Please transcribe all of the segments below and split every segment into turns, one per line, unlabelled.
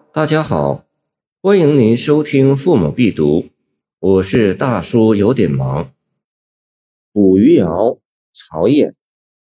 大家好，欢迎您收听父母必读，我是大叔，有点忙。捕鱼谣，曹烨。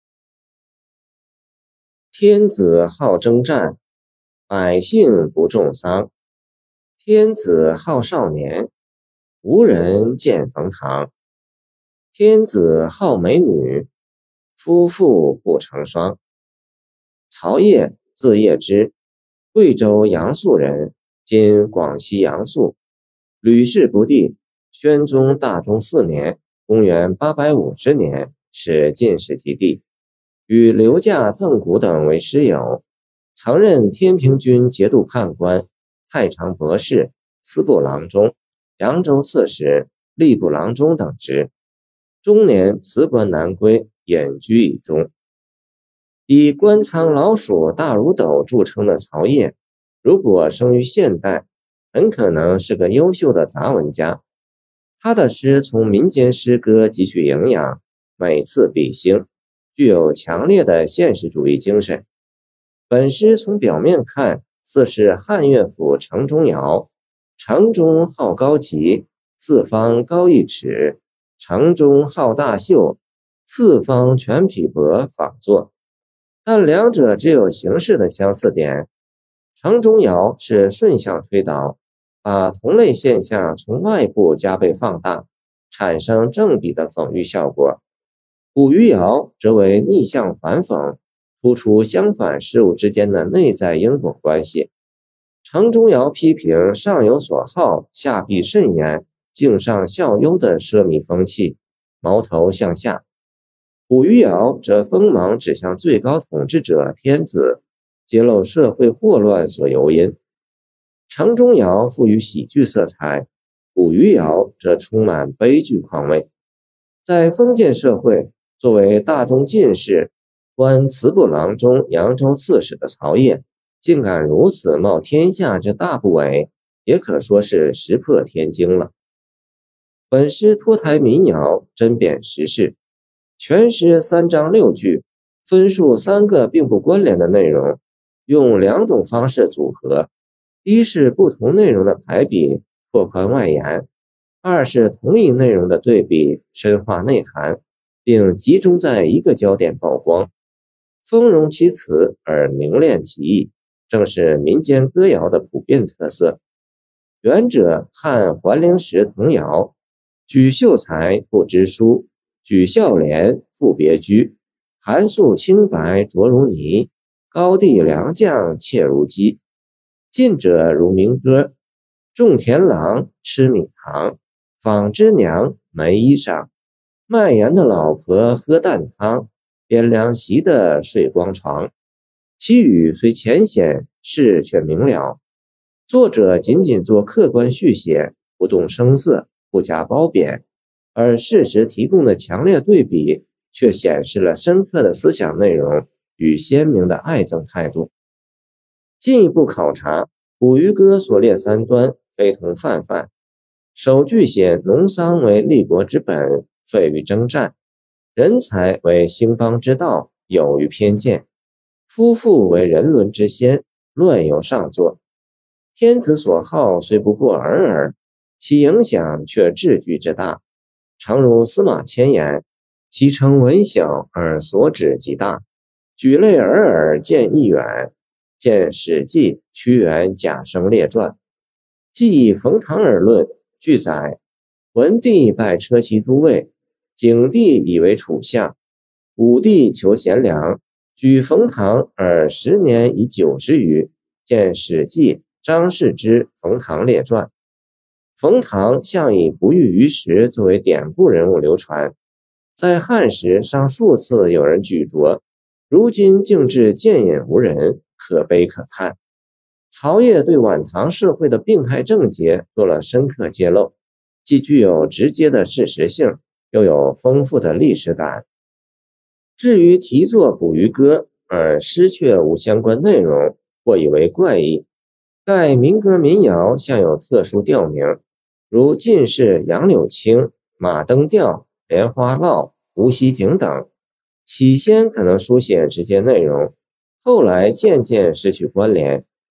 天子好征战，百姓不重丧。天子好少年，无人见冯唐。天子好美女，夫妇不成双。曹烨，字业之，贵州阳朔人，今广西阳朔，吕氏不第，宣宗大中4年，公元850年，是进士及第，与刘驾、赠谷等为师友，曾任天平军节度判官、太常博士、司部郎中、扬州刺史、吏部郎中等职。中年辞官南归，隐居以终。以官仓老鼠大如斗著称的曹烨，如果生于现代，很可能是个优秀的杂文家。他的诗从民间诗歌汲取营养，每次比兴，具有强烈的现实主义精神。本诗从表面看，似是汉乐府城中谣，城中好高级，四方高1尺，城中好大袖，四方全匹帛仿作。但两者只有形式的相似点。城中谣是顺向推导，把同类现象从外部加倍放大，产生正比的讽喻效果。捕鱼谣则为逆向反讽，突出相反事物之间的内在因果关系。城中谣批评上有所好，下必甚焉，敬上效尤的奢靡风气，矛头向下。捕鱼谣则锋芒指向最高统治者天子，揭露社会祸乱所由因。城中谣赋予喜剧色彩，捕鱼谣则充满悲剧况味。在封建社会，作为大中进士、官辞部郎中、扬州刺史的曹烨，竟敢如此冒天下之大不韪，也可说是石破天惊了。本诗脱胎民谣，针砭时事。全诗3章6句，分述3个并不关联的内容，用2种方式组合：一是不同内容的排比，拓宽外延；二是同一内容的对比，深化内涵，并集中在一个焦点曝光，丰容其词而凝练其意，正是民间歌谣的普遍特色。原者汉桓灵时童谣，举秀才不知书，举孝廉复别居，寒素清白浊如泥，高第良将切如鸡。近者如民歌，种田郎吃米糖，纺织娘没衣裳，卖盐的老婆喝淡汤，编凉席的睡光床。其语虽浅显，事却明了。作者仅仅做客观续写，不动声色，不加褒贬，而事实提供的强烈对比，却显示了深刻的思想内容与鲜明的爱憎态度。进一步考察，捕鱼歌所列3端非同泛泛。首句写农桑为立国之本，废于征战；人才为兴邦之道，有于偏见；夫妇为人伦之先，乱由上作。天子所好虽不过尔尔，其影响却至巨之大。诚如司马迁言，其成文小而所指极大，举类尔尔见亦远。见《史记·屈原贾生列传》。既以冯唐而论，据载文帝拜车骑都尉，景帝以为楚相，武帝求贤良，举冯唐而10年以90余。见《史记·张氏之冯唐列传》。冯唐向以不遇于时作为典故人物流传，在汉时尚数次有人举着，如今竟至见隐无人，可悲可叹。曹烨对晚唐社会的病态症结做了深刻揭露，既具有直接的事实性，又有丰富的历史感。至于题作捕鱼歌，而诗却无相关内容，或以为怪异。盖民歌民谣向有特殊调名，如进士杨柳青、马登调、莲花落、无锡景等，起先可能书写直接内容，后来渐渐失去关联。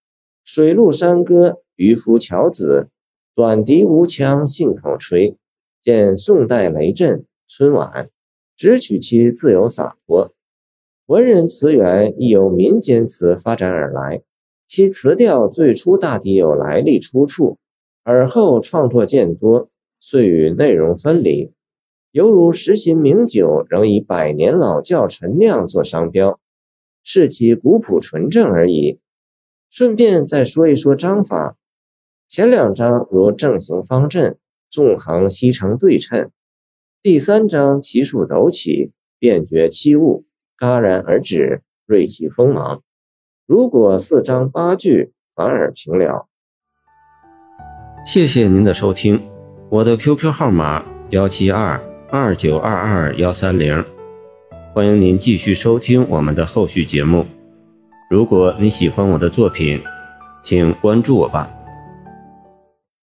水陆山歌，渔夫樵子，短笛无腔信口吹。见宋代雷震、春晚，只取其自由洒脱。文人词源亦由民间词发展而来，其词调最初大抵有来历出处，而后创作渐多，遂与内容分离，犹如时行名酒仍以百年老窖陈酿做商标，是其古朴纯正而已。顺便再说一说章法，前2章如正行方阵，纵横西成对称，第3章奇数陡起，便觉器物，戛然而止，锐气锋芒。如果4章8句，反而平了。谢谢您的收听，我的 QQ 号码172-2922-130，欢迎您继续收听我们的后续节目。如果你喜欢我的作品，请关注我吧。